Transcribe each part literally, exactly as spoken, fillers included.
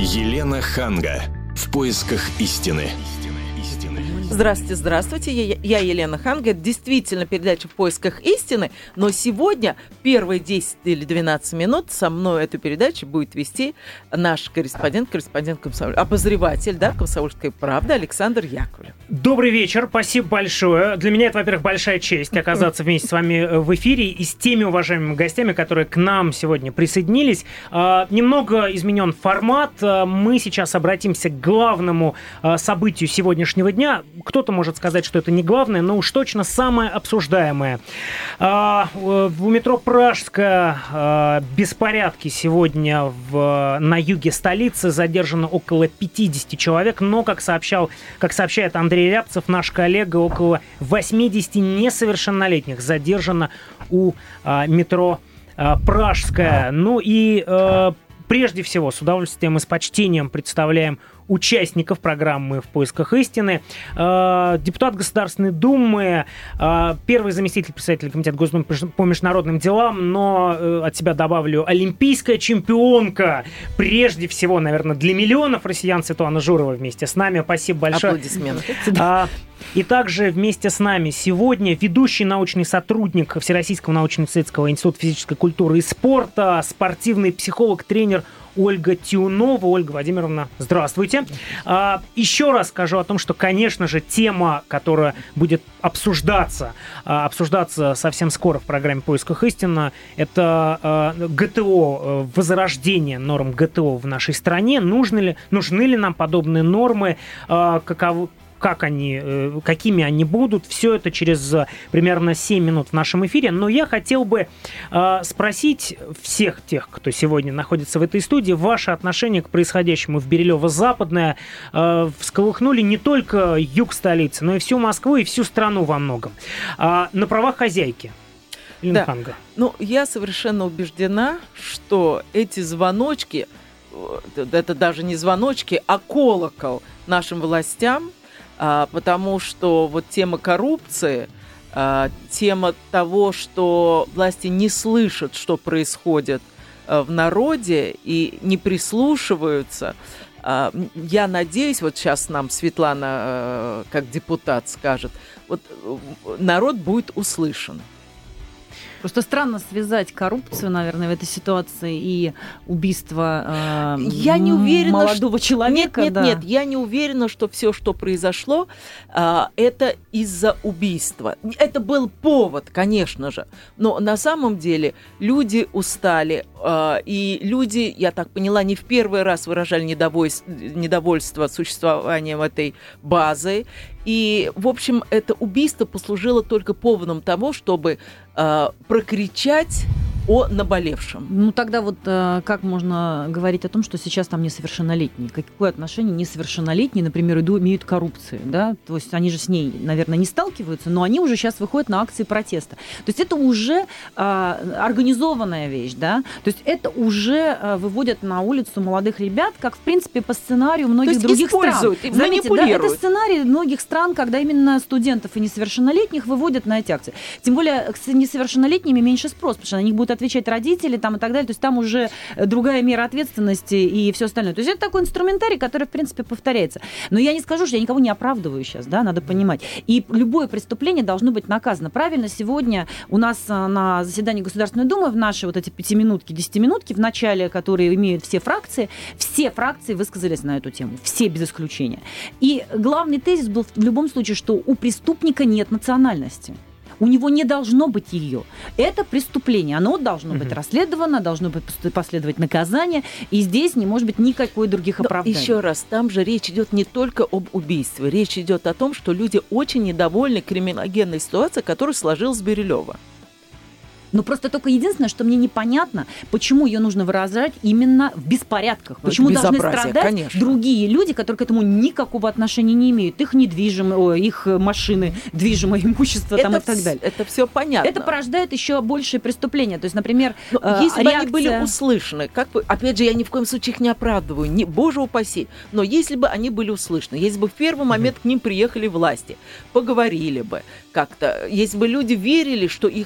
Елена Ханга. В поисках истины. Здравствуйте, здравствуйте. Я, я Елена Ханга. Это действительно передача «В поисках истины». Но сегодня первые десять или двенадцать минут со мной эту передачу будет вести наш корреспондент, корреспондент комсомоль... обозреватель, да, «Комсомольской правды» Александр Яковлев. Добрый вечер, спасибо большое. Для меня это, во-первых, большая честь оказаться вместе с вами в эфире и с теми уважаемыми гостями, которые к нам сегодня присоединились. Немного изменен формат. Мы сейчас обратимся к главному событию сегодняшнего дня. Кто-то может сказать, что это не главное, но уж точно самое обсуждаемое. В метро Пражская беспорядки сегодня в, на юге столицы. Задержано около пятьдесят человек, но, как сообщал, как сообщает Андрей Рябцев, наш коллега, около восемьдесят несовершеннолетних задержано у метро Пражская. Ну и прежде всего, с удовольствием и с почтением представляем участников программы «В поисках истины». Депутат Государственной Думы, первый заместитель председателя Комитета Госдумы по международным делам, но от себя добавлю, олимпийская чемпионка, прежде всего, наверное, для миллионов россиян, Светлана Журова вместе с нами. Спасибо большое. Аплодисменты. И также вместе с нами сегодня ведущий научный сотрудник Всероссийского научно-исследовательского института физической культуры и спорта, спортивный психолог, тренер Ольга Тиунова. Ольга Владимировна, здравствуйте. А, еще раз скажу о том, что, конечно же, тема, которая будет обсуждаться, а, обсуждаться совсем скоро в программе «В поисках истины», это а, ГТО, возрождение норм ГТО в нашей стране. Нужны ли, нужны ли нам подобные нормы, а, каковы как они, какими они будут. Все это через примерно семь минут в нашем эфире. Но я хотел бы э, спросить всех тех, кто сегодня находится в этой студии, ваше отношение к происходящему в Бирилево-Западное. Э, всколыхнули не только юг столицы, но и всю Москву и всю страну во многом. Э, на правах хозяйки. Да. Ханга. Ну, я совершенно убеждена, что эти звоночки, это даже не звоночки, а колокол нашим властям, потому что вот тема коррупции, тема того, что власти не слышат, что происходит в народе и не прислушиваются. Я надеюсь, вот сейчас нам Светлана, как депутат, скажет, вот народ будет услышан. Просто странно связать коррупцию, наверное, в этой ситуации и убийство э, я не уверена, молодого что... человека. Нет, нет, да. нет, я не уверена, что все, что произошло, э, это из-за убийства. Это был повод, конечно же, но на самом деле люди устали, э, и люди, я так поняла, не в первый раз выражали недовольство, недовольство существованием этой базы. И, в общем, это убийство послужило только поводом того, чтобы э, прокричать о наболевшем. Ну, тогда вот э, как можно говорить о том, что сейчас там несовершеннолетние? Какое отношение несовершеннолетние, например, имеют к коррупции? Да? То есть они же с ней, наверное, не сталкиваются, но они уже сейчас выходят на акции протеста. То есть это уже э, организованная вещь, да? То есть это уже э, выводят на улицу молодых ребят, как, в принципе, по сценарию многих других стран. И Заметьте, да, это сценарий многих стран, когда именно студентов и несовершеннолетних выводят на эти акции. Тем более с несовершеннолетними меньше спрос, потому что на них будут отвечать родители там, и так далее. То есть там уже другая мера ответственности и все остальное. То есть это такой инструментарий, который, в принципе, повторяется. Но я не скажу, что я никого не оправдываю сейчас, да, надо понимать. И любое преступление должно быть наказано. Правильно, сегодня у нас на заседании Государственной Думы в наши вот эти пятиминутки, десятиминутки в начале, которые имеют все фракции, все фракции высказались на эту тему. Все без исключения. И главный тезис был в любом случае, что у преступника нет национальности. У него не должно быть ее. Это преступление. Оно должно быть расследовано, должно быть последовать наказание. И здесь не может быть никакой других оправданий. Еще раз, там же речь идет не только об убийстве. Речь идет о том, что люди очень недовольны криминогенной ситуацией, которая сложилась в Бирилево. Но просто только единственное, что мне непонятно, почему ее нужно выражать именно в беспорядках. Почему должны страдать конечно. другие люди, которые к этому никакого отношения не имеют. Их недвижимое, их машины, движимое имущество там, и так далее. Это все понятно. Это порождает еще большие преступления. То есть, например, Но э, если реакция... бы они были услышаны, как бы, опять же, я ни в коем случае их не оправдываю, не, боже упаси, но если бы они были услышаны, если бы в первый момент к ним приехали власти, поговорили бы как-то, если бы люди верили, что их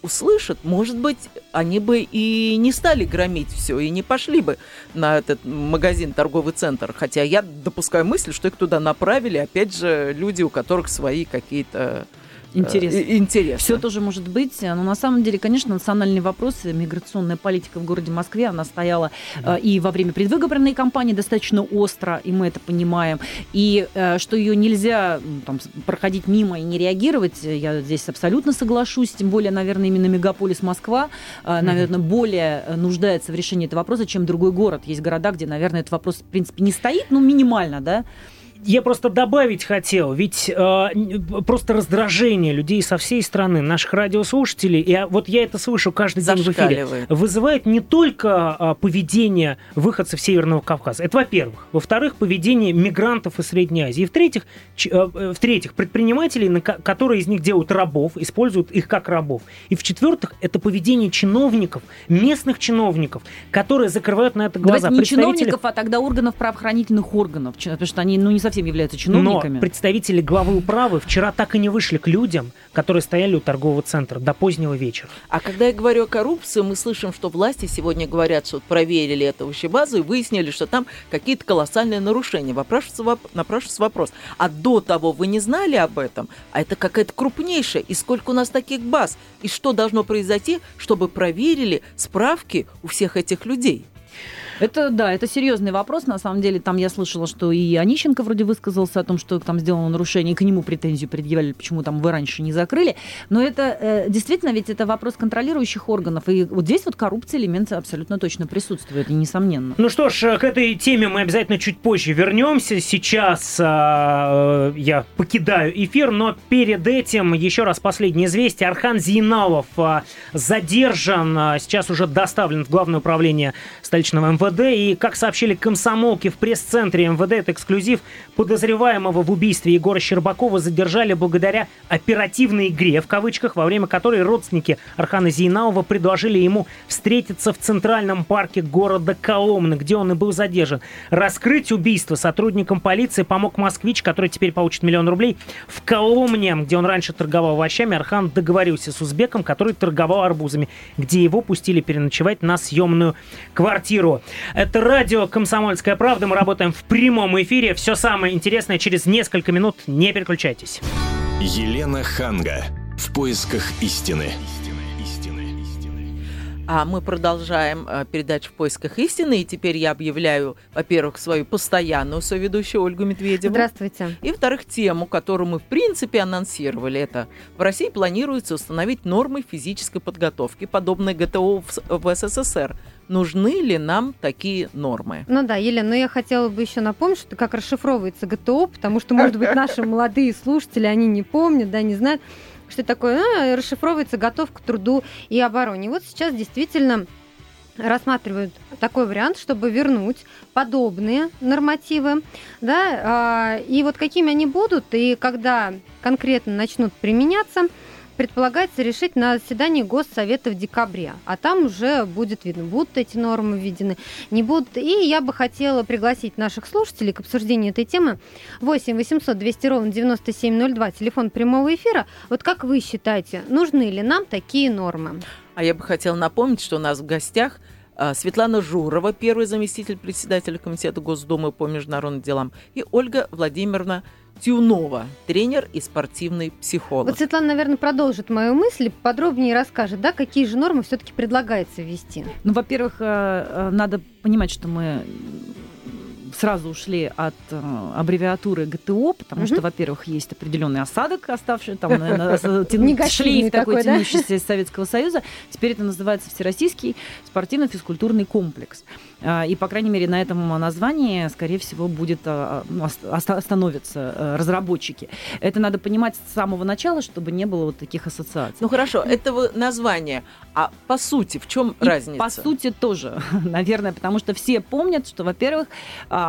услышат, может быть, они бы и не стали громить все, и не пошли бы на этот магазин, торговый центр. Хотя я допускаю мысль, что их туда направили, опять же, люди, у которых свои какие-то... Интерес. Интерес. Все тоже может быть. Но на самом деле, конечно, национальные вопросы, миграционная политика в городе Москве, она стояла mm-hmm. и во время предвыборной кампании достаточно остро, и мы это понимаем. И что ее нельзя там, проходить мимо и не реагировать, я здесь абсолютно соглашусь. Тем более, наверное, именно мегаполис Москва, mm-hmm. наверное, более нуждается в решении этого вопроса, чем другой город. Есть города, где, наверное, этот вопрос, в принципе, не стоит, ну, минимально, да? Я просто добавить хотел, ведь э, просто раздражение людей со всей страны, наших радиослушателей, и вот я это слышу каждый день в эфире, вызывает не только э, поведение выходцев Северного Кавказа. Это во-первых. Во-вторых, поведение мигрантов из Средней Азии. И в-третьих, ч, э, в-третьих предпринимателей, на, которые из них делают рабов, используют их как рабов. И в-четвертых, это поведение чиновников, местных чиновников, которые закрывают на это глаза. Давайте не чиновников, а тогда органов правоохранительных органов, потому что они ну, не совсем являются чиновниками. Но представители главы управы вчера так и не вышли к людям, которые стояли у торгового центра до позднего вечера. А когда я говорю о коррупции, мы слышим, что власти сегодня говорят, что проверили эту овощебазу и выяснили, что там какие-то колоссальные нарушения. Напрашивается вопрос, а до того вы не знали об этом? А это какая-то крупнейшая. И сколько у нас таких баз? И что должно произойти, чтобы проверили справки у всех этих людей? Это, да, это серьезный вопрос. На самом деле, там я слышала, что и Онищенко вроде высказался о том, что там сделано нарушение, и к нему претензию предъявляли, почему там вы раньше не закрыли. Но это э, действительно, ведь это вопрос контролирующих органов. И вот здесь вот коррупция, элемент абсолютно точно присутствует, и несомненно. Ну что ж, к этой теме мы обязательно чуть позже вернемся. Сейчас э, я покидаю эфир, но перед этим еще раз последнее известие. Орхан Зейналов э, задержан, э, сейчас уже доставлен в Главное управление столичного эм вэ дэ. И, как сообщили комсомолки в пресс-центре эм вэ дэ, это эксклюзив, подозреваемого в убийстве Егора Щербакова задержали благодаря оперативной игре, в кавычках, во время которой родственники Орхана Зейналова предложили ему встретиться в Центральном парке города Коломны, где он и был задержан. Раскрыть убийство сотрудникам полиции помог москвич, который теперь получит миллион рублей. В Коломне, где он раньше торговал овощами, Орхан договорился с узбеком, который торговал арбузами, где его пустили переночевать на съемную квартиру. Это радио «Комсомольская правда». Мы работаем в прямом эфире. Все самое интересное через несколько минут. Не переключайтесь. Елена Ханга. В поисках истины. А мы продолжаем э, передачу «В поисках истины». И теперь я объявляю, во-первых, свою постоянную соведущую Ольгу Медведеву. Здравствуйте. И, во-вторых, тему, которую мы, в принципе, анонсировали. Это в России планируется установить нормы физической подготовки, подобные гэ тэ о в, в эс эс эс эр. Нужны ли нам такие нормы? Ну да, Елена, но я хотела бы еще напомнить, что как расшифровывается гэ тэ о, потому что, может быть, наши молодые слушатели, они не помнят, да, не знают, что такое. Ну, расшифровывается готов к труду и обороне. И вот сейчас действительно рассматривают такой вариант, чтобы вернуть подобные нормативы, да, и вот какими они будут, и когда конкретно начнут применяться, предполагается решить на заседании Госсовета в декабре, а там уже будет видно, будут эти нормы введены, не будут. И я бы хотела пригласить наших слушателей к обсуждению этой темы. восемь восемьсот двести ровно девяносто семь ноль два, телефон прямого эфира. Вот как вы считаете, нужны ли нам такие нормы? А я бы хотела напомнить, что у нас в гостях Светлана Журова, первый заместитель председателя Комитета Госдумы по международным делам, и Ольга Владимировна Тюнова, тренер и спортивный психолог. Вот Светлана, наверное, продолжит мою мысль, подробнее расскажет, да, какие же нормы все-таки предлагается ввести. Ну, во-первых, надо понимать, что мы сразу ушли от э, аббревиатуры гэ тэ о, потому угу. что, во-первых, есть определенный осадок, оставший там шлейф такой, тянущийся из Советского Союза. Теперь это называется Всероссийский спортивно-физкультурный комплекс. И, по крайней мере, на этом названии, скорее всего, будет остановятся разработчики. Это надо понимать с самого начала, чтобы не было вот таких ассоциаций. Ну хорошо, это название. А по сути, в чем разница? По сути тоже, наверное, потому что все помнят, что, во-первых,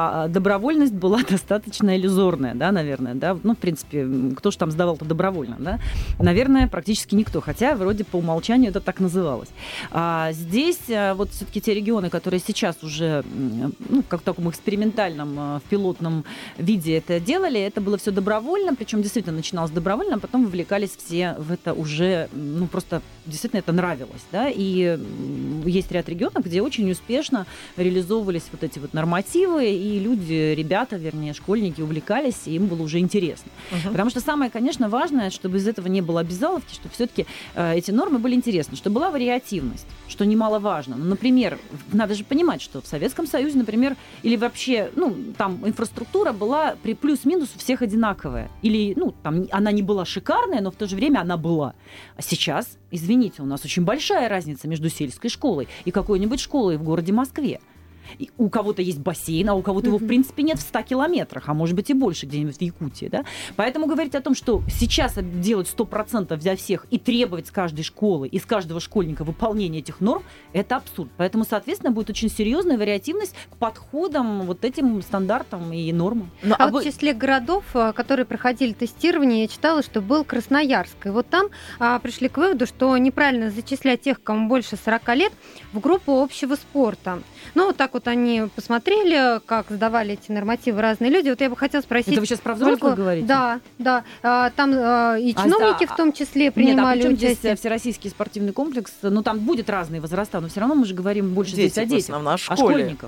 а добровольность была достаточно иллюзорная, да, наверное, да, ну, в принципе, кто же там сдавал-то добровольно, да, наверное, практически никто, хотя вроде по умолчанию это так называлось. А здесь вот все-таки те регионы, которые сейчас уже, ну, как в таком экспериментальном, в пилотном виде это делали, это было все добровольно, причем действительно начиналось добровольно, а потом вовлекались все в это уже, ну, просто действительно это нравилось, да, и есть ряд регионов, где очень успешно реализовывались вот эти вот нормативы, и люди, ребята, вернее, школьники увлекались, и им было уже интересно. Uh-huh. Потому что самое, конечно, важное, чтобы из этого не было обязаловки, чтобы все-таки э, эти нормы были интересны, чтобы была вариативность, что немаловажно. Ну, например, надо же понимать, что в Советском Союзе, например, или вообще, ну, там инфраструктура была при плюс-минус у всех одинаковая. Или, ну, там она не была шикарная, но в то же время она была. А сейчас, извините, у нас очень большая разница между сельской школой и какой-нибудь школой в городе Москве. И у кого-то есть бассейн, а у кого-то его, в принципе, нет в ста километрах, а может быть и больше где-нибудь в Якутии. Да? Поэтому говорить о том, что сейчас делать сто процентов для всех и требовать с каждой школы и с каждого школьника выполнения этих норм, это абсурд. Поэтому, соответственно, будет очень серьезная вариативность к подходам, вот этим стандартам и нормам. Но, а, а вот вы... в числе городов, которые проходили тестирование, я читала, что был Красноярск. И вот там а, пришли к выводу, что неправильно зачислять тех, кому больше сорока лет, в группу общего спорта. Ну, вот так вот они посмотрели, как сдавали эти нормативы разные люди. Вот я бы хотела спросить... Это вы сейчас про взрослых Ольгу... говорите? Да, да. А, там а, и чиновники а, в том числе принимали нет, а участие. Здесь всероссийский спортивный комплекс, ну, там будет разные возраста, но все равно мы же говорим больше Дети, здесь о детях, о школьниках.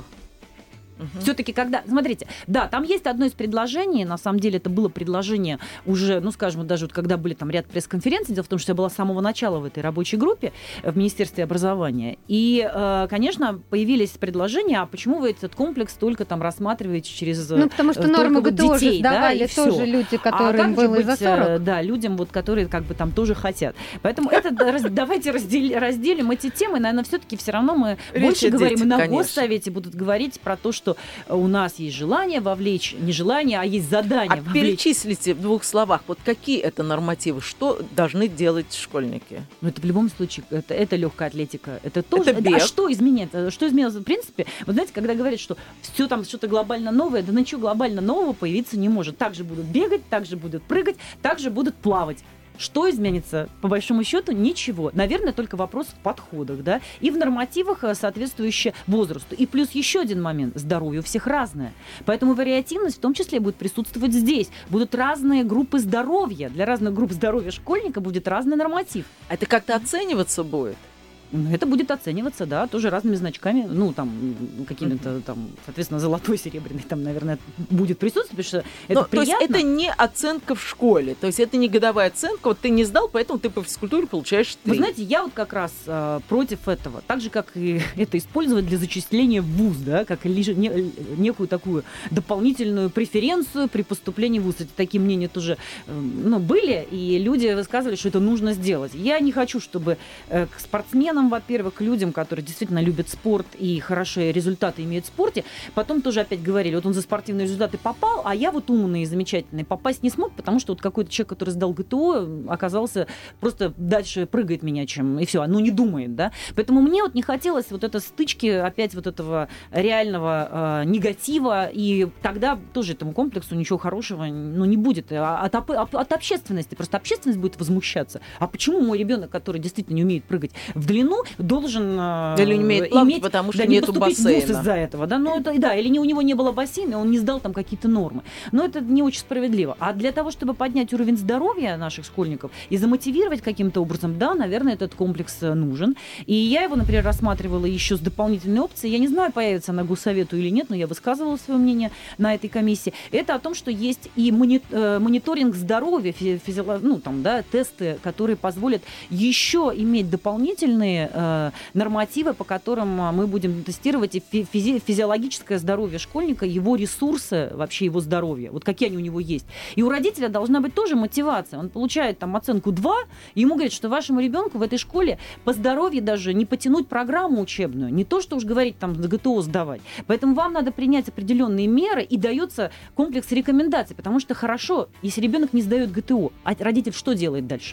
Угу. Все-таки, когда, смотрите, да, там есть одно из предложений, на самом деле это было предложение уже, ну, скажем, даже вот когда были там ряд пресс-конференций, дело в том, что я была с самого начала в этой рабочей группе в Министерстве образования, и, конечно, появились предложения, а почему вы этот комплекс только там рассматриваете через Ну, потому что нормы ГТО же сдавали да, тоже люди, которым а было за сорок. Да, людям, вот, которые как бы там тоже хотят. Поэтому это давайте разделим эти темы, наверное, все-таки все равно мы больше говорим, и на Госсовете будут говорить про то, что что у нас есть желание вовлечь, не желание, а есть задание а вовлечь. Перечислите в двух словах, вот какие это нормативы, что должны делать школьники? Ну, это в любом случае, это, это легкая атлетика. Это тоже. Это бег. А что изменится? Что изменилось? В принципе, вы знаете, когда говорят, что все там что-то глобально новое, да ничего глобально нового появиться не может. Также будут бегать, также будут прыгать, также будут плавать. Что изменится? По большому счету ничего. Наверное, только вопрос в подходах, да, и в нормативах, соответствующие возрасту. И плюс еще один момент. Здоровье у всех разное. Поэтому вариативность в том числе будет присутствовать здесь. Будут разные группы здоровья. Для разных групп здоровья школьника будет разный норматив. А это как-то оцениваться будет? Это будет оцениваться, да, тоже разными значками, ну, там, какими-то, там, соответственно, золотой, серебряный, там, наверное, будет присутствовать, потому что это Но, приятно. То есть это не оценка в школе, то есть это не годовая оценка, вот ты не сдал, поэтому ты по физкультуре получаешь три. Вы знаете, я вот как раз э, против этого, так же, как и это использовать для зачисления в вуз, да, как лишь, не, некую такую дополнительную преференцию при поступлении в вуз. Эти такие мнения тоже, э, ну, были, и люди высказывали, что это нужно сделать. Я не хочу, чтобы э, к спортсменам, во-первых, людям, которые действительно любят спорт и хорошие результаты имеют в спорте, потом тоже опять говорили, вот он за спортивные результаты попал, а я вот умный и замечательный попасть не смог, потому что вот какой-то человек, который сдал ГТО, оказался просто дальше прыгает меня, чем, и все, ну не думает, да. Поэтому мне вот не хотелось вот этой стычки, опять вот этого реального э, негатива, и тогда тоже этому комплексу ничего хорошего, ну, не будет. От, от, от общественности, просто общественность будет возмущаться. А почему мой ребенок, который действительно не умеет прыгать в длину, должен или не умеет плавать, иметь, потому что да, нету не бассейна. В вуз из-за этого, да, ну, это, да, или не, у него не было бассейна, он не сдал там какие-то нормы. Но это не очень справедливо. А для того, чтобы поднять уровень здоровья наших школьников и замотивировать каким-то образом, да, наверное, этот комплекс нужен. И я его, например, рассматривала еще с дополнительной опцией. Я не знаю, появится она Госсовету или нет, но я высказывала свое мнение на этой комиссии. Это о том, что есть и мониторинг здоровья, физиолог, ну, там, да, тесты, которые позволят еще иметь дополнительные э, нормативы, по которым мы будем тестировать и физи- физиологическое здоровье школьника, его ресурсы, вообще его здоровье, вот какие они у него есть. И у родителя должна быть тоже мотивация. Он получает там оценку два, и ему говорят, что вашему ребенку в этой школе по здоровью даже не потянуть программу учебную, не то, что уж говорить там ГТО сдавать. Поэтому вам надо принять определенные меры, и дается комплекс рекомендаций, потому что хорошо, если ребенок не сдает ГТО, а родитель что делает дальше?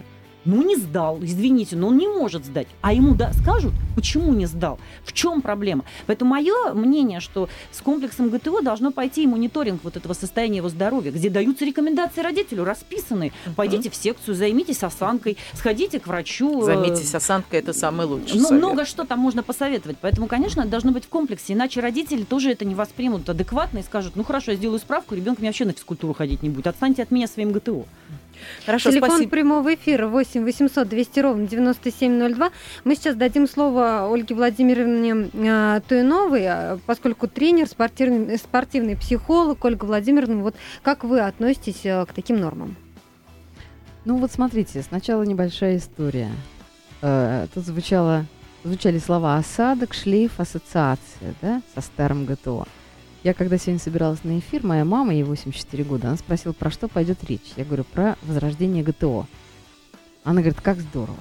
Ну, не сдал, извините, но он не может сдать. А ему да, скажут, почему не сдал, в чем проблема. Поэтому мое мнение, что с комплексом ГТО должно пойти и мониторинг вот этого состояния его здоровья, где даются рекомендации родителю, расписанные. Uh-huh. Пойдите в секцию, займитесь осанкой, сходите к врачу. Займитесь осанкой, это самый лучший Ну, совет. Много что там можно посоветовать. Поэтому, конечно, это должно быть в комплексе, иначе родители тоже это не воспримут адекватно и скажут, ну, хорошо, я сделаю справку, ребенок мне вообще на физкультуру ходить не будет. Отстаньте от меня своим ГТО. Хорошо, Телефон спасибо. прямого эфира восемь восемьсот двести ровно девяносто семь ноль два. Мы сейчас дадим слово Ольге Владимировне э, Туиновой, поскольку тренер, спортивный, спортивный психолог. Ольга Владимировна, вот как вы относитесь э, к таким нормам? Ну вот смотрите, сначала небольшая история. Э, тут звучало, звучали слова осадок, шлейф, ассоциация, да, со старым ГТО. Я когда сегодня собиралась на эфир, моя мама, ей восемьдесят четыре года, она спросила, про что пойдет речь. Я говорю, про возрождение ГТО. Она говорит, как здорово.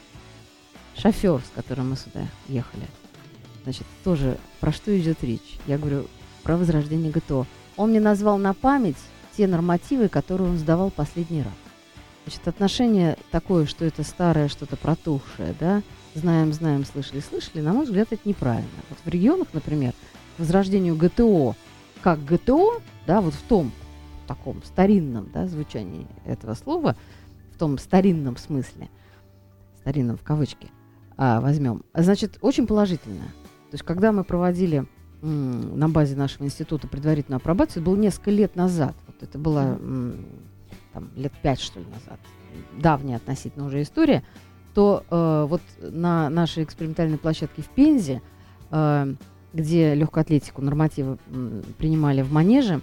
Шофер, с которым мы сюда ехали, значит, тоже про что идет речь? Я говорю, про возрождение ГТО. Он мне назвал на память те нормативы, которые он сдавал последний раз. Значит, отношение такое, что это старое, что-то протухшее, да, знаем, знаем, слышали, слышали, на мой взгляд, это неправильно. Вот в регионах, например, возрождению ГТО как ГТО, да, вот в том таком старинном, да, звучании этого слова, в том старинном смысле, старинном в кавычки, а, возьмем, значит, очень положительно. То есть, когда мы проводили м, на базе нашего института предварительную апробацию, это было несколько лет назад, вот это было м, там, лет пять, что ли, назад, давняя относительно уже история, то э, вот на нашей экспериментальной площадке в Пензе, э, где легкую атлетику, нормативы м, принимали в манеже,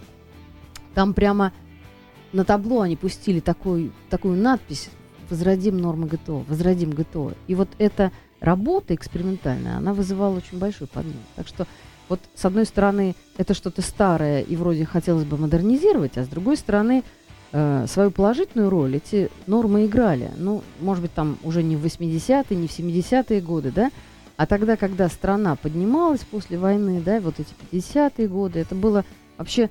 там прямо на табло они пустили такой, такую надпись «Возродим нормы ГТО», «Возродим ГТО». И вот эта работа экспериментальная, она вызывала очень большой подъем. Так что вот с одной стороны это что-то старое и вроде хотелось бы модернизировать, а с другой стороны э, свою положительную роль эти нормы играли. Ну, может быть, там уже не в восьмидесятые, не в семидесятые годы, да, а тогда, когда страна поднималась после войны, да, вот эти пятидесятые годы, это было вообще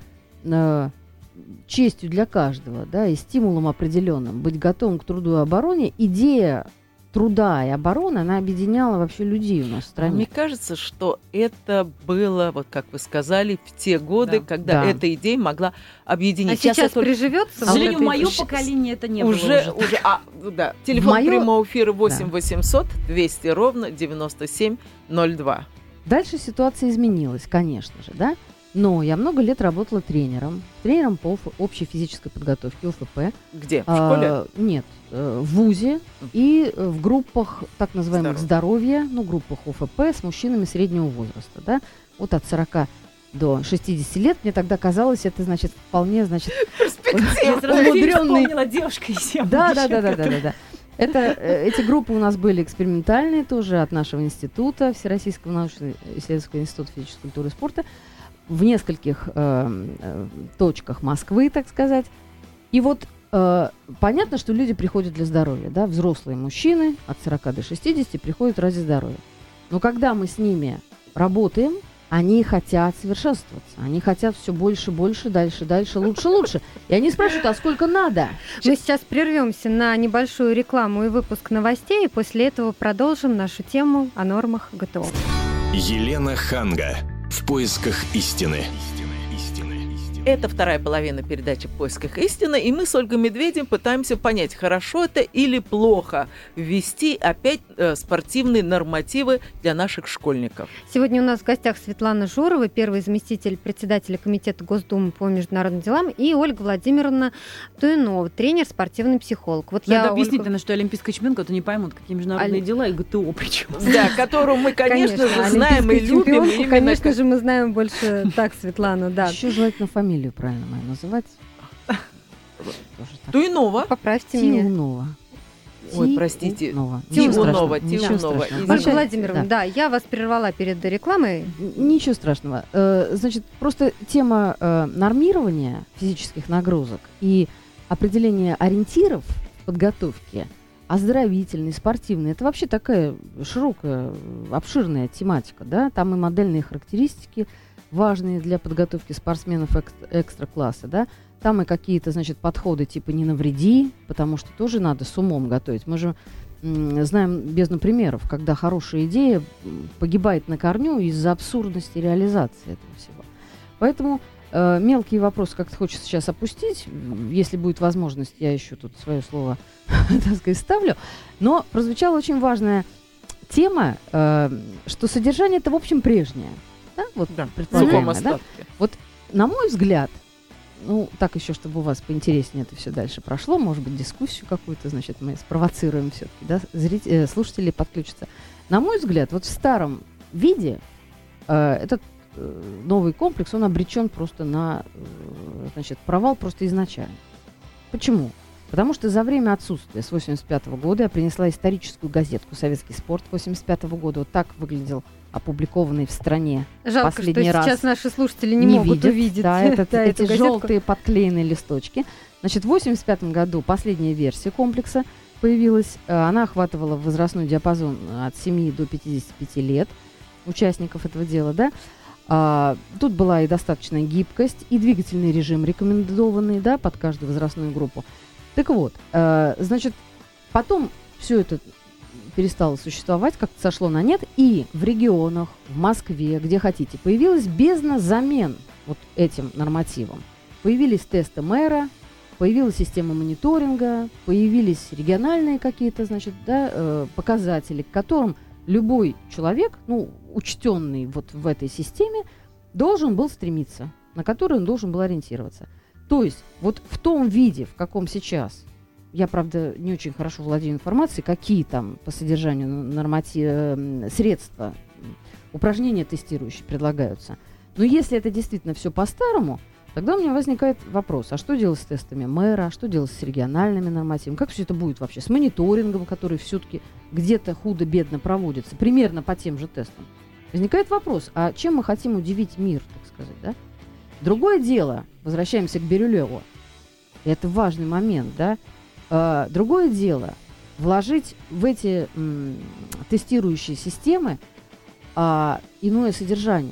э, честью для каждого, да, и стимулом определенным быть готовым к труду и обороне. Идея труда и обороны, она объединяла вообще людей у нас в стране. Мне кажется, что это было, вот как вы сказали, в те годы, Да. когда Да. эта идея могла объединить. А сейчас, я только- приживется? К сожалению, вот мое это- поколение это не уже, было уже. уже, а, да. Телефон Моё- прямого эфира восемь Да. восемьсот двести ровно девяносто семь ноль два. Дальше ситуация изменилась, конечно же, да, но я много лет работала тренером, тренером по оф- общей физической подготовке, ОФП. Где? В А, школе? Нет, э, в ВУЗе и э, в группах так называемых Здоровья. здоровья, ну, группах ОФП с мужчинами среднего возраста, да, вот от сорока до шестидесяти лет. Мне тогда казалось, это, значит, вполне, значит, Я сразу фильм умудренный. вспомнила, девушка из «Я Да, да, будущее», да, да, да, да, да. Это, э, эти группы у нас были экспериментальные тоже от нашего института, Всероссийского научно-исследовательского института физической культуры и спорта, в нескольких э, э, точках Москвы, так сказать. И вот э, понятно, что люди приходят для здоровья, да, взрослые мужчины от сорока до шестидесяти приходят ради здоровья. Но когда мы с ними работаем, они хотят совершенствоваться, они хотят все больше, больше, дальше, дальше, лучше, лучше. И они спрашивают, а сколько надо? Мы сейчас прервемся на небольшую рекламу и выпуск новостей, и после этого продолжим нашу тему о нормах ГТО. Елена Ханга. В поисках истины. Это вторая половина передачи «В поисках истины», и мы с Ольгой Медведем пытаемся понять, хорошо это или плохо ввести опять э, спортивные нормативы для наших школьников. Сегодня у нас в гостях Светлана Журова, первый заместитель председателя Комитета Госдумы по международным делам, и Ольга Владимировна Туинова, тренер, спортивный психолог. Вот Надо я, объяснить, Ольга- наверное, что я олимпийская чемпионка, то не поймут, какие международные Оль- дела и ГТО причем. Да, которую мы, конечно, же, Конечно, знаем и олимпийскую любим. чемпионку, именно конечно как- же, мы знаем больше так Светлану, да. Еще желательно фамилию правильно мою называть. Тоже так. Туинова. Поправьте меня. Тиунова. Ой, простите. Тиунова. Тиунова, Ничего страшного, Тиунова, ничего страшного. извините. Ольга Большая- Владимировна, да. да, я вас прервала перед рекламой. Н- Ничего страшного. Э, Значит, просто тема э, нормирования физических нагрузок и определения ориентиров в подготовке, оздоровительной, спортивной, это вообще такая широкая, обширная тематика, да, там и модельные характеристики важные для подготовки спортсменов экстра-класса, да. Там и какие-то, значит, подходы типа «не навреди», потому что тоже надо с умом готовить. Мы же м, знаем бездну примеров, когда хорошая идея погибает на корню из-за абсурдности реализации этого всего. Поэтому э, мелкие вопросы как-то хочется сейчас опустить. Если будет возможность, я еще тут свое слово, так сказать, ставлю. Но прозвучала очень важная тема, э, что содержание это в общем прежнее. Да? Вот, да, предполагаемое, да? Вот, на мой взгляд, ну, так еще, чтобы у вас поинтереснее это все дальше прошло, может быть, дискуссию какую-то, значит, мы спровоцируем все-таки, да, зрители, э, слушатели подключатся. На мой взгляд, вот в старом виде э, этот э, новый комплекс, он обречен просто на, э, значит, провал просто изначально. Почему? Потому что за время отсутствия с восемьдесят пятого года я принесла историческую газетку «Советский спорт» восемьдесят пятого года. Вот так выглядел опубликованный в стране Жалко, последний что раз. сейчас наши слушатели не, не могут видят, увидеть да, этот, да, эти эту газетку. желтые подклеенные листочки. Значит, в восемьдесят пятом году последняя версия комплекса появилась. Она охватывала возрастной диапазон от семи до пятидесяти пяти лет участников этого дела, да. А, тут была и достаточная гибкость, и двигательный режим рекомендованный, да, под каждую возрастную группу. Так вот, э, значит, потом все это перестало существовать, как-то сошло на нет, и в регионах, в Москве, где хотите, появилась бездна замен вот этим нормативам. Появились тесты мэра, появилась система мониторинга, появились региональные какие-то, значит, да, э, показатели, к которым любой человек, ну, учтенный вот в этой системе, должен был стремиться, на который он должен был ориентироваться. То есть вот в том виде, в каком сейчас, я, правда, не очень хорошо владею информацией, какие там по содержанию норматив... средства, упражнения тестирующие предлагаются. Но если это действительно все по-старому, тогда у меня возникает вопрос, а что делать с тестами мэра, а что делать с региональными нормативами, как все это будет вообще, с мониторингом, который все-таки где-то худо-бедно проводится, примерно по тем же тестам. Возникает вопрос, а чем мы хотим удивить мир, так сказать, да? Другое дело, возвращаемся к Бирюлеву, это важный момент, да, а, другое дело, вложить в эти м, тестирующие системы а, иное содержание.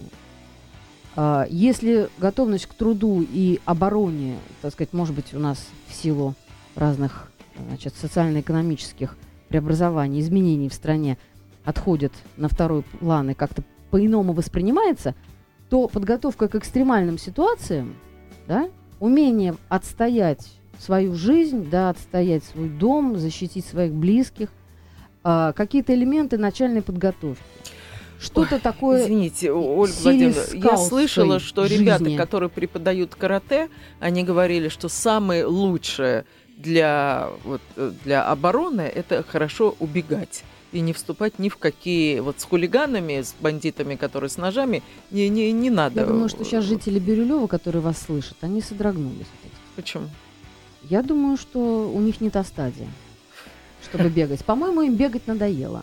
А, если готовность к труду и обороне, так сказать, может быть, у нас в силу разных, значит, социально-экономических преобразований, изменений в стране отходит на второй план и как-то по-иному воспринимается, то подготовка к экстремальным ситуациям, да, умение отстоять свою жизнь, да, отстоять свой дом, защитить своих близких, а, какие-то элементы начальной подготовки. Что-то Ой, такое. Извините, Ольга Владимировна, я слышала, что жизни. ребята, которые преподают карате, они говорили, что самое лучшее для, вот, для обороны – это хорошо убегать. И не вступать ни в какие... Вот с хулиганами, с бандитами, которые с ножами, не, не, не надо. Я думаю, что сейчас жители Бирюлева, которые вас слышат, они содрогнулись. Почему? Я думаю, что у них не та стадия, чтобы бегать. По-моему, им бегать надоело.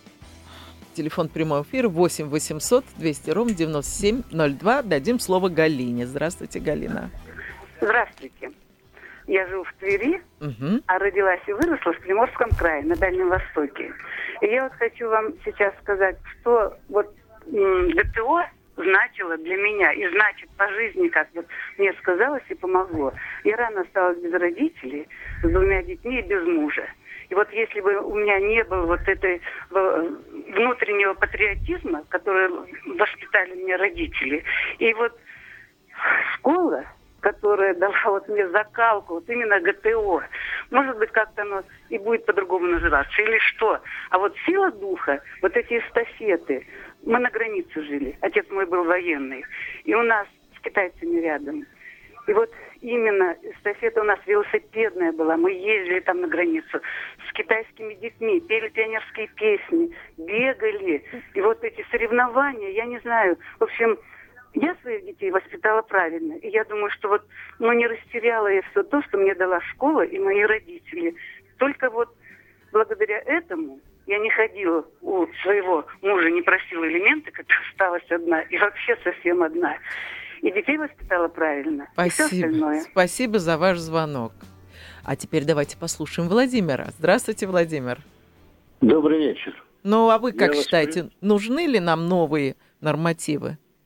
Телефон прямого эфира восемь восемьсот двести ровно девяносто семь ноль два. Дадим слово Галине. Здравствуйте, Галина. Здравствуйте. Я живу в Твери, угу. а родилась и выросла в Приморском крае, на Дальнем Востоке. И я вот хочу вам сейчас сказать, что вот м, ГТО значило для меня и значит по жизни, как вот мне сказалось и помогло. Я рано осталась без родителей, с двумя детьми и без мужа. И вот если бы у меня не было вот этой внутреннего патриотизма, который воспитали мне родители, и вот школа, которая дала вот мне закалку, вот именно ГТО. Может быть, как-то оно и будет по-другому называться, или что. А вот сила духа, вот эти эстафеты. Мы на границе жили. Отец мой был военный. И у нас с китайцами рядом. И вот именно эстафета у нас велосипедная была. Мы ездили там на границу с китайскими детьми, пели пионерские песни, бегали. И вот эти соревнования, я не знаю, в общем... Я своих детей воспитала правильно. И я думаю, что вот, ну, не растеряла я все то, что мне дала школа и мои родители. Только вот благодаря этому я не ходила у своего мужа, не просила элементы, как осталась одна. И вообще совсем одна. И детей воспитала правильно. И все остальное. Спасибо за ваш звонок. А теперь давайте послушаем Владимира. Здравствуйте, Владимир. Добрый вечер. Ну, а вы как я считаете, вас... нужны ли нам новые нормативы?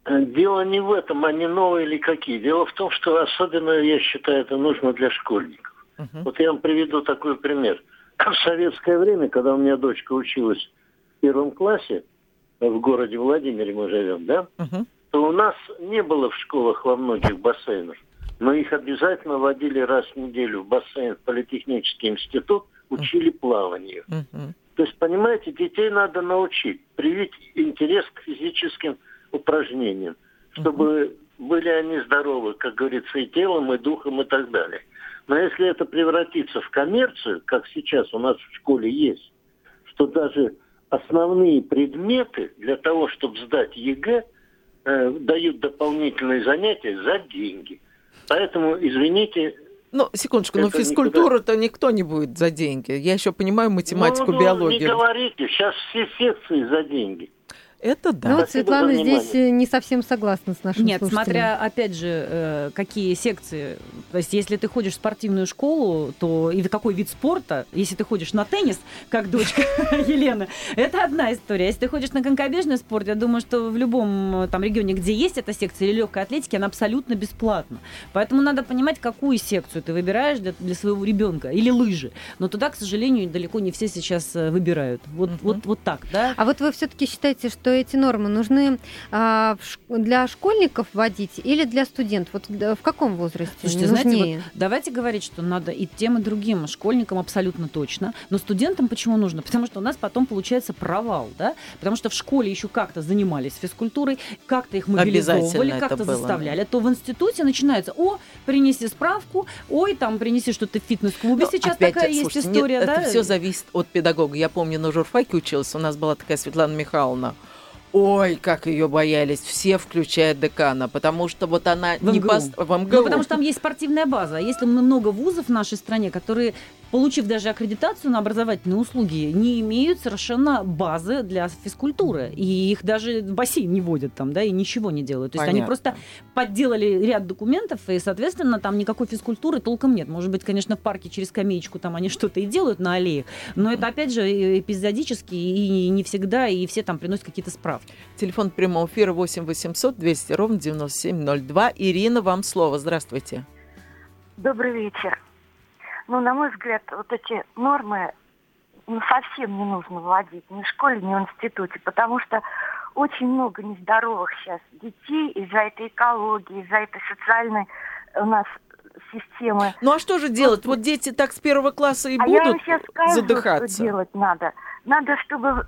Дело не в этом, они новые или какие. Дело в том, что особенно, я считаю, это нужно для школьников. Uh-huh. Вот я вам приведу такой пример. В советское время, когда у меня дочка училась в первом классе, в городе Владимире мы живем, да, uh-huh. то у нас не было в школах во многих бассейнах, но их обязательно водили раз в неделю в бассейн в Политехнический институт, учили uh-huh. плаванию. Uh-huh. То есть, понимаете, детей надо научить, привить интерес к физическим упражнениям, чтобы uh-huh. были они здоровы, как говорится, и телом, и духом, и так далее. Но если это превратится в коммерцию, как сейчас у нас в школе есть, что даже основные предметы для того, чтобы сдать ЕГЭ, э, дают дополнительные занятия за деньги. Поэтому, извините... Ну, секундочку, но физкультуру-то никуда... никто не будет за деньги. Я еще понимаю математику, ну, биологию. Ну, не говорите, сейчас все секции за деньги. Это да. Ну вот Светлана здесь не совсем согласна с нашим Нет, слушателем. смотря, опять же, какие секции. То есть, если ты ходишь в спортивную школу, то и какой вид спорта, если ты ходишь на теннис, как дочка Елены, это одна история. Если ты ходишь на конькобежный спорт, я думаю, что в любом там регионе, где есть эта секция или легкой атлетики, она абсолютно бесплатна. Поэтому надо понимать, какую секцию ты выбираешь для, для своего ребенка. Или лыжи. Но туда, к сожалению, далеко не все сейчас выбирают. Вот, uh-huh. вот, вот так, да? А вот вы все-таки считаете, что эти нормы нужны а, для школьников вводить или для студентов? Вот в каком возрасте? Слушайте, знаете, вот давайте говорить, что надо и тем, и другим. Школьникам абсолютно точно. Но студентам почему нужно? Потому что у нас потом получается провал, да? Потому что в школе еще как-то занимались физкультурой, как-то их мобилизовывали, как-то заставляли. Да. То в институте начинается: о, принеси справку, ой, там принеси что-то в фитнес-клубе. Но сейчас опять, такая слушайте, есть история, нет, да? Это все зависит от педагога. Я помню, на журфаке училась, у нас была такая Светлана Михайловна. Ой, как ее боялись все, включая декана, потому что вот она в не пост... в МГУ. Ну, потому что там есть спортивная база. Если много вузов в нашей стране, которые, получив даже аккредитацию на образовательные услуги, не имеют совершенно базы для физкультуры. И их даже в бассейн не водят там, да, и ничего не делают. То есть Понятно. Они просто подделали ряд документов, и, соответственно, там никакой физкультуры толком нет. Может быть, конечно, в парке через скамеечку там они что-то и делают на аллеях, но это, опять же, эпизодически, и не всегда, и все там приносят какие-то справки. Телефон прямого эфира восемь восемьсот двести ровно девяносто семь ноль два. Ирина, вам слово. Здравствуйте. Добрый вечер. Ну, на мой взгляд, вот эти нормы ну, совсем не нужно вводить ни в школе, ни в институте, потому что очень много нездоровых сейчас детей из-за этой экологии, из-за этой социальной у нас системы. Ну, а что же делать? Вот, вот дети так с первого класса и а будут я вам сейчас скажу, задыхаться. Что делать надо. Надо, чтобы...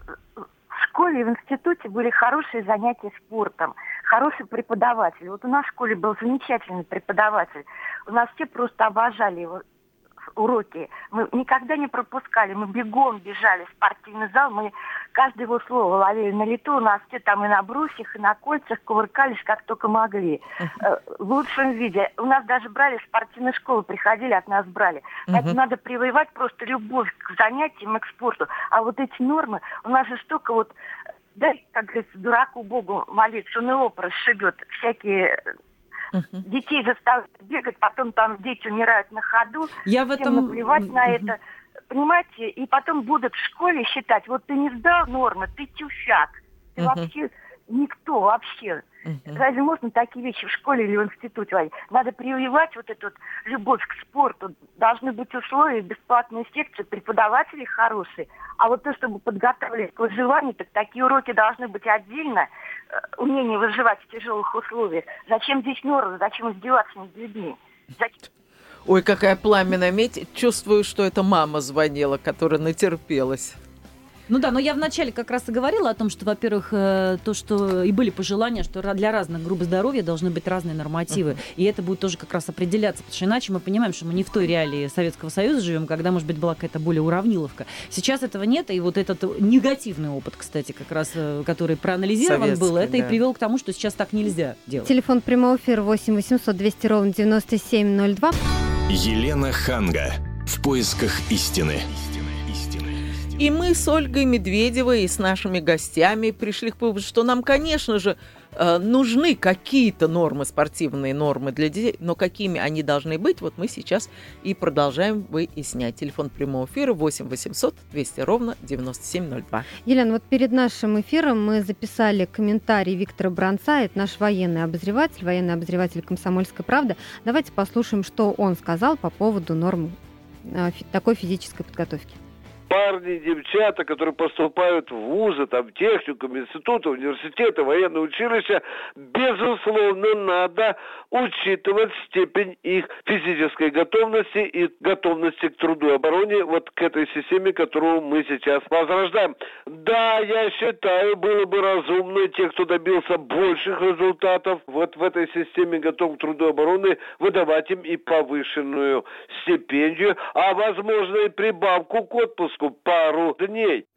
В школе и в институте были хорошие занятия спортом, хороший преподаватель. Вот у нас в школе был замечательный преподаватель. У нас все просто обожали его уроки. Мы никогда не пропускали. Мы бегом бежали в спортивный зал. Мы каждое его слово ловили на лету. У нас все там и на брусьях, и на кольцах кувыркались, как только могли. Uh-huh. В лучшем виде. У нас даже брали в спортивную школу, приходили, от нас брали. Поэтому uh-huh. надо прививать просто любовь к занятиям и к спорту. А вот эти нормы, у нас же столько вот, да, как говорится, дураку Богу молиться, он его расшибет. Всякие... Uh-huh. Детей заставляют бегать, потом там дети умирают на ходу. Я в этом... наплевать на uh-huh. это. Понимаете? И потом будут в школе считать, вот ты не сдал нормы, ты тюфяк. Ты uh-huh. вообще никто вообще. Uh-huh. Разве можно такие вещи в школе или в институте вводить? Надо прививать вот эту вот любовь к спорту. Должны быть условия, бесплатные секции, преподаватели хорошие. А вот то, чтобы подготовить к выживанию, так такие уроки должны быть отдельно. Умение выживать в тяжелых условиях. Зачем здесь нормы? Зачем издеваться над людьми? Зачем? Ой, какая пламенная медь. Чувствую, что это мама звонила, которая натерпелась. Ну да, но я вначале как раз и говорила о том, что, во-первых, то, что и были пожелания, что для разных групп здоровья должны быть разные нормативы. Uh-huh. И это будет тоже как раз определяться, потому что иначе мы понимаем, что мы не в той реалии Советского Союза живем, когда, может быть, была какая-то более уравниловка. Сейчас этого нет, и вот этот негативный опыт, кстати, как раз, который проанализирован Советский, был, это да. и привел к тому, что сейчас так нельзя делать. Телефон прямого эфира восемь восемьсот двести ровно девяносто семь ноль два. Елена Ханга. В поисках истины. И мы с Ольгой Медведевой и с нашими гостями пришли к выводу, что нам, конечно же, э, нужны какие-то нормы, спортивные нормы для детей, но какими они должны быть, вот мы сейчас и продолжаем выяснять. Телефон прямого эфира восемь восемьсот двести ровно девяносто семь ноль два. Елена, вот перед нашим эфиром мы записали комментарий Виктора Бранца, это наш военный обозреватель, военный обозреватель «Комсомольской правды». Давайте послушаем, что он сказал по поводу норм э, такой физической подготовки. Парни, девчата, которые поступают в вузы, там, техникум, институты, университеты, военные училища, безусловно, надо учитывать степень их физической готовности и готовности к труду и обороне, вот к этой системе, которую мы сейчас возрождаем. Да, я считаю, было бы разумно те, кто добился больших результатов вот в этой системе готов к труду и обороны, выдавать им и повышенную стипендию, а, возможно, и прибавку к отпуску пару дней.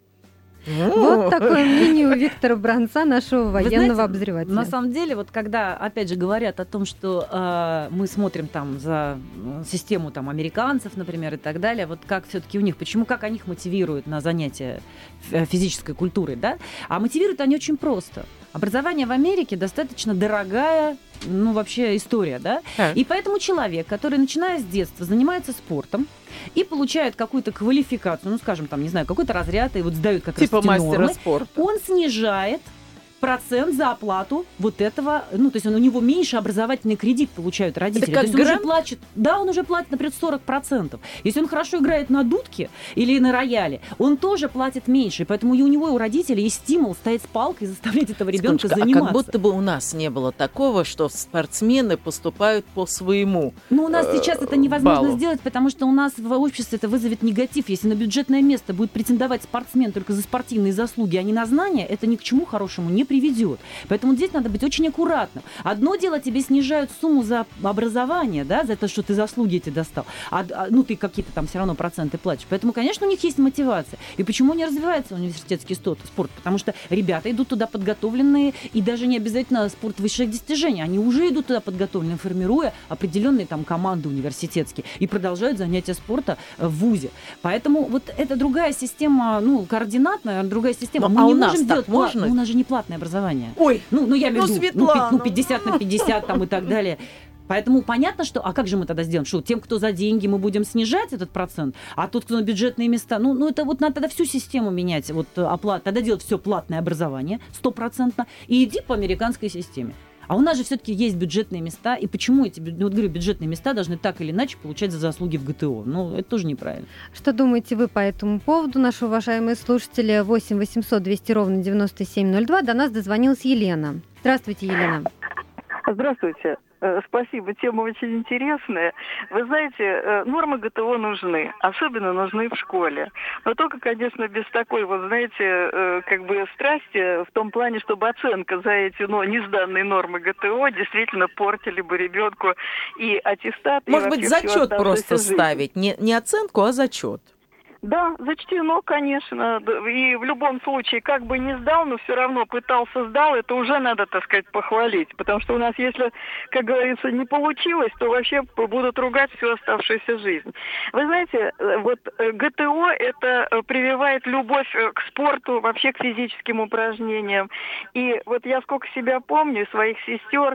Вот такое мнение у Виктора Бранца, нашего военного знаете, обозревателя. На самом деле, вот когда, опять же, говорят о том, что э, мы смотрим там за систему там, американцев, например, и так далее, вот как все-таки у них, почему, как они их мотивируют на занятия физической культурой, да? А мотивируют они очень просто. Образование в Америке достаточно дорогая, ну, вообще история, да? Так. И поэтому человек, который, начиная с детства, занимается спортом и получает какую-то квалификацию, ну, скажем, там, не знаю, какой-то разряд, и вот сдают как раз типа эти мастера нормы, спорта, он снижает процент за оплату вот этого, ну, то есть он, у него меньше образовательный кредит получают родители. Это как то есть он грант? уже платит, да, он уже платит, например, сорок процентов. Если он хорошо играет на дудке или на рояле, он тоже платит меньше. И поэтому и у него, и у родителей есть стимул стоять с палкой и заставлять этого ребенка Секундочку, заниматься. А как будто бы у нас не было такого, что спортсмены поступают по своему Ну, у нас э, сейчас это невозможно баллу. сделать, потому что у нас в обществе это вызовет негатив. Если на бюджетное место будет претендовать спортсмен только за спортивные заслуги, а не на знания, это ни к чему хорошему не приведет. Поэтому здесь надо быть очень аккуратным. Одно дело, тебе снижают сумму за образование, да, за то, что ты заслуги эти достал. А, ну, ты какие-то там все равно проценты платишь. Поэтому, конечно, у них есть мотивация. И почему не развивается университетский спорт? Потому что ребята идут туда подготовленные, и даже не обязательно спорт высших достижений. Они уже идут туда подготовленные, формируя определенные там команды университетские и продолжают занятия спорта в вузе. Поэтому вот это другая система, ну, координат, наверное, другая система. Но, Мы а не у нас можем так делать можно? Ну, у нас же не платное образование. Ой, Ну, ну я имею в ну, виду, Светлана, ну, пятьдесят на пятьдесят там и так далее. Поэтому понятно, что... А как же мы тогда сделаем? Что тем, кто за деньги, мы будем снижать этот процент, а тот, кто на бюджетные места... Ну, ну это вот надо тогда всю систему менять. Вот оплата. Тогда делать все платное образование, стопроцентно, и иди по американской системе. А у нас же все-таки есть бюджетные места, и почему эти, ну, вот говорю, бюджетные места должны так или иначе получать за заслуги в ГТО? Ну, это тоже неправильно. Что думаете вы по этому поводу, наши уважаемые слушатели? восемь восемьсот двести ровно девяносто семь ноль два. До нас дозвонилась Елена. Здравствуйте, Елена. Здравствуйте. Спасибо, тема очень интересная. Вы знаете, нормы ГТО нужны, особенно нужны в школе. Но только, конечно, без такой, вот знаете, как бы страсти в том плане, чтобы оценка за эти, ну, несданные нормы ГТО действительно портили бы ребенку и аттестат. Может и быть, зачет просто жизнь. ставить, не, не оценку, а зачет. Да, зачтено, конечно. И в любом случае, как бы не сдал, но все равно пытался, сдал, это уже надо, так сказать, похвалить. Потому что у нас, если, как говорится, не получилось, то вообще будут ругать всю оставшуюся жизнь. Вы знаете, вот ГТО это прививает любовь к спорту, вообще к физическим упражнениям. И вот я сколько себя помню, своих сестер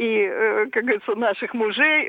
и, как говорится, наших мужей,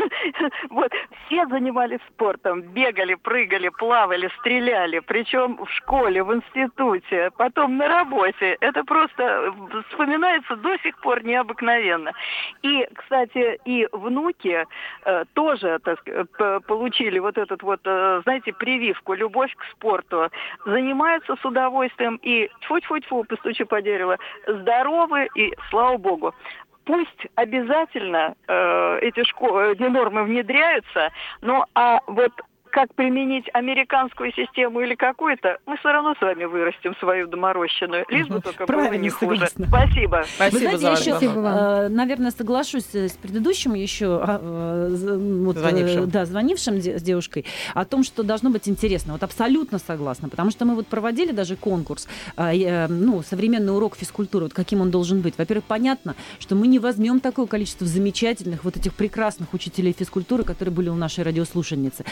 вот, все занимались спортом, бегали, прыгали, плавали, стреляли, причем в школе, в институте, потом на работе. Это просто вспоминается до сих пор необыкновенно. И, кстати, и внуки э, тоже так, получили вот этот вот, э, знаете, прививку, любовь к спорту. Занимаются с удовольствием и, тьфу-тьфу-тьфу, постучу по дереву, здоровы и, слава богу. Пусть обязательно э, эти, школы, эти нормы внедряются, но а вот как применить американскую систему или какую-то, мы все равно с вами вырастим свою доморощенную, лишь бы только было не хуже. Спасибо. Спасибо. Вы знаете, я еще, наверное, соглашусь с предыдущим еще вот, звонившим. Да, звонившим с девушкой о том, что должно быть интересно. Вот абсолютно согласна, потому что мы вот проводили даже конкурс, ну, современный урок физкультуры, вот каким он должен быть. Во-первых, понятно, что мы не возьмем такое количество замечательных, вот этих прекрасных учителей физкультуры, которые были у нашей радиослушательницы. Конечно,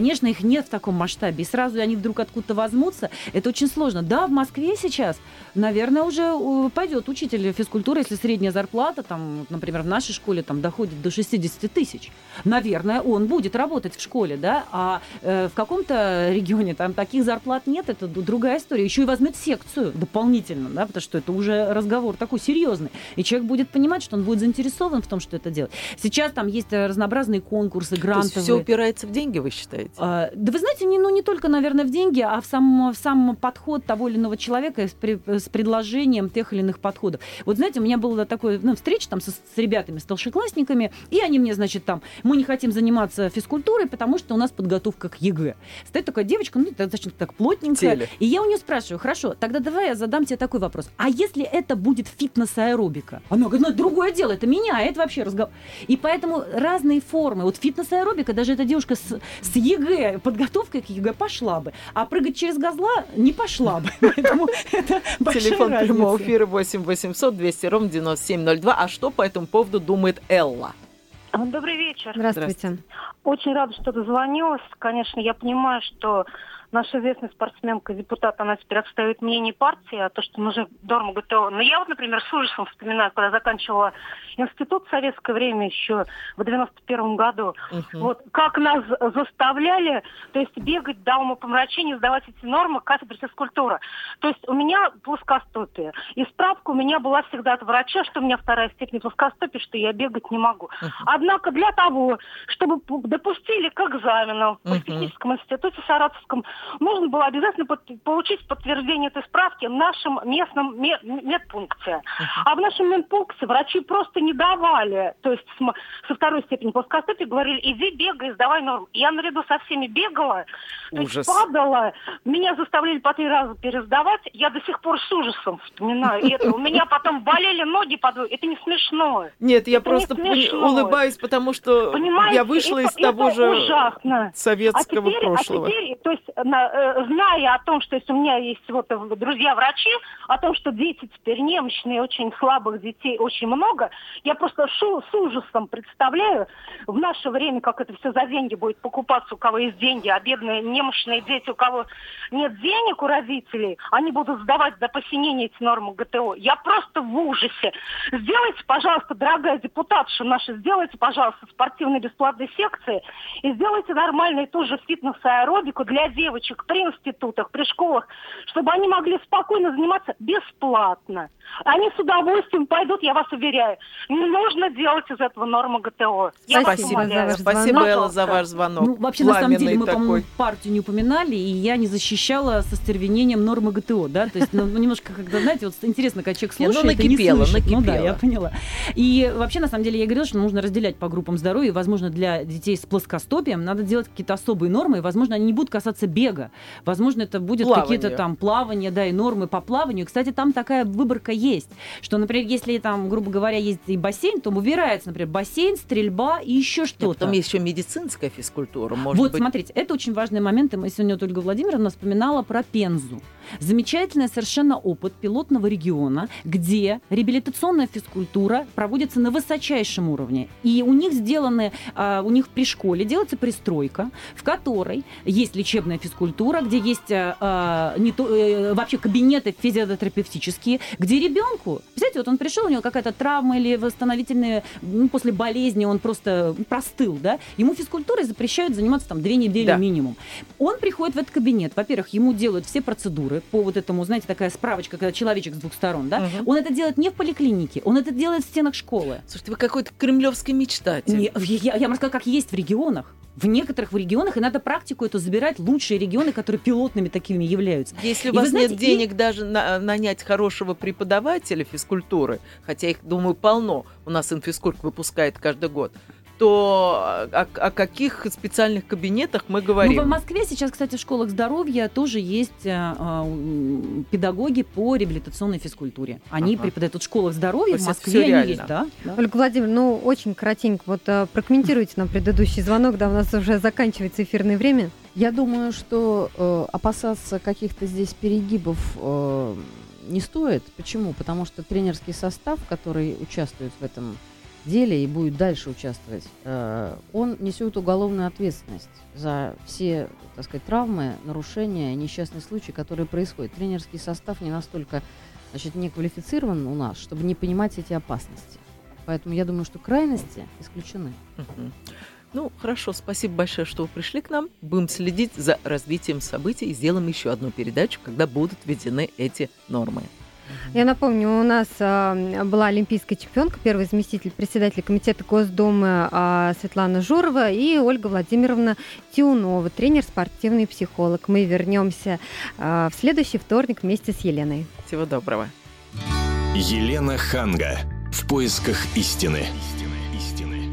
конечно, их нет в таком масштабе. И сразу они вдруг откуда-то возьмутся. Это очень сложно. Да, в Москве сейчас, наверное, уже пойдет учитель физкультуры, если средняя зарплата, там, например, в нашей школе там, доходит до шестьдесят тысяч. Наверное, он будет работать в школе, да, а э, в каком-то регионе там таких зарплат нет, это другая история. Еще и возьмет секцию дополнительно, да, потому что это уже разговор такой серьезный. И человек будет понимать, что он будет заинтересован в том, что это делать. Сейчас там есть разнообразные конкурсы, грантовые. То есть все упирается в деньги, вы считаете? А, да вы знаете, не, ну, не только, наверное, в деньги, а в сам, в сам подход того или иного человека с, при, с предложением тех или иных подходов. Вот знаете, у меня была такая ну, встреча там, со, с ребятами, старшеклассниками, и они мне, значит, там, мы не хотим заниматься физкультурой, потому что у нас подготовка к ЕГЭ. Стоит такая девочка, ну, достаточно так плотненькая, Теле. И я у нее спрашиваю, хорошо, тогда давай я задам тебе такой вопрос. А если это будет фитнес-аэробика? Она говорит, ну, это другое дело, это меняет вообще разговор. И поэтому разные формы. Вот фитнес-аэробика, даже эта девушка с, с ЕГЭ, подготовкой к ЕГЭ пошла бы, а прыгать через газла не пошла бы. Поэтому это большая Телефон разница. Прямого эфира восемь восемьсот двести ровно девяносто семь ноль два. А что по этому поводу думает Элла? Добрый вечер. Здравствуйте. Здравствуйте. Очень рада, что дозвонилась. Конечно, я понимаю, что наша известная спортсменка, депутат, она теперь отстаивает мнение партии, а то, что нужно нормы ГТО. Но я вот, например, с ужасом вспоминаю, когда заканчивала институт в советское время еще в девяносто первом году. Uh-huh. Вот как нас заставляли, то есть бегать до умопомрачения, сдавать эти нормы кафедры физкультуры. То есть у меня плоскостопие. И справка у меня была всегда от врача, что у меня вторая степень плоскостопия, что я бегать не могу. Uh-huh. Однако для того, чтобы допустили к экзамену uh-huh. в техническом институте Саратовском, нужно было обязательно под, получить подтверждение этой справки в нашем местном мед, медпункте. Uh-huh. А в нашем медпункте врачи просто не давали. То есть с, со второй степени плоскостопия говорили, иди бегай, сдавай норму. Я наряду со всеми бегала, то есть падала. Меня заставляли по три раза пересдавать. Я до сих пор с ужасом вспоминаю это. У меня потом болели ноги под... Это не смешно. Нет, я просто улыбаюсь, потому что я вышла из того же советского прошлого. А теперь, то есть зная о том, что если у меня есть вот друзья-врачи, о том, что дети теперь немощные, очень слабых детей очень много, я просто шу, с ужасом представляю в наше время, как это все за деньги будет покупаться, у кого есть деньги, а бедные немощные дети, у кого нет денег у родителей, они будут сдавать до посинения эти нормы ГТО. Я просто в ужасе. Сделайте, пожалуйста, дорогая депутатша наша, сделайте, пожалуйста, спортивные бесплатные секции и сделайте нормальную тоже фитнес-аэробику для девочек при институтах, при школах, чтобы они могли спокойно заниматься бесплатно. Они с удовольствием пойдут, я вас уверяю. Не нужно делать из этого нормы ГТО. Я Спасибо, за Спасибо Элла, за ваш звонок. Ну, вообще, на самом деле, мы, такой. по-моему, партию не упоминали, и я не защищала со стервенением нормы ГТО, да, то есть, ну, немножко, когда, знаете, вот интересно, когда человек слушает, ну, накипело, не слышит. накипело. Ну, да, я поняла. И вообще, на самом деле, я говорила, что нужно разделять по группам здоровья, и, возможно, для детей с плоскостопием надо делать какие-то особые нормы, и, возможно, они не будут касаться бега, возможно, это будет какие-то там плавания, да, и нормы по плаванию. Кстати, там такая выборка есть, что, например, если там, грубо говоря, есть и бассейн, то выбирается, например, бассейн, стрельба и еще что-то. Потом есть еще медицинская физкультура, может вот, быть. смотрите, это очень важный момент, и мы сегодня вот Ольга Владимировна вспоминала про Пензу. Замечательный совершенно опыт пилотного региона, где реабилитационная физкультура проводится на высочайшем уровне. И у них сделаны, а, у них при школе делается пристройка, в которой есть лечебная физкультура, где есть а, не то, э, вообще кабинеты физиотерапевтические, где ребенку, представляете, вот он пришел, у него какая-то травма или восстановительная, ну, после болезни он просто простыл, да, ему физкультурой запрещают заниматься там две недели да. минимум. Он приходит в этот кабинет, во-первых, ему делают все процедуры по вот этому, знаете, такая справочка, когда человечек с двух сторон, да, угу. он это делает не в поликлинике, он это делает в стенах школы. Слушайте, вы какой-то кремлевский мечтатель. Не, я, я вам рассказала, как есть в регионах. В некоторых регионах, и надо практику эту забирать, лучшие регионы, которые пилотными такими являются. Если и у вас знаете, нет денег и... даже на, нанять хорошего преподавателя физкультуры, хотя их, думаю, полно, у нас инфискульт выпускает каждый год, то о, о каких специальных кабинетах мы говорим? Ну, в Москве сейчас, кстати, в школах здоровья тоже есть э, э, педагоги по реабилитационной физкультуре. Они ага. преподают в школах здоровья, в Москве они есть, да, да. Ольга Владимировна, ну, очень кратенько, вот э, прокомментируйте нам предыдущий звонок, да, у нас уже заканчивается эфирное время. Я думаю, что э, опасаться каких-то здесь перегибов э, не стоит. Почему? Потому что тренерский состав, который участвует в этом деле и будет дальше участвовать, он несет уголовную ответственность за все, так сказать, травмы, нарушения, несчастные случаи, которые происходят. Тренерский состав не настолько, значит, не квалифицирован у нас, чтобы не понимать эти опасности. Поэтому я думаю, что крайности исключены. Uh-huh. Ну, хорошо, спасибо большое, что вы пришли к нам. Будем следить за развитием событий и сделаем еще одну передачу, когда будут введены эти нормы. Я напомню, у нас а, была олимпийская чемпионка, первый заместитель председателя комитета Госдумы а, Светлана Журова и Ольга Владимировна Тиунова, тренер, спортивный психолог. Мы вернемся а, в следующий вторник вместе с Еленой. Всего доброго. Елена Ханга. В поисках истины.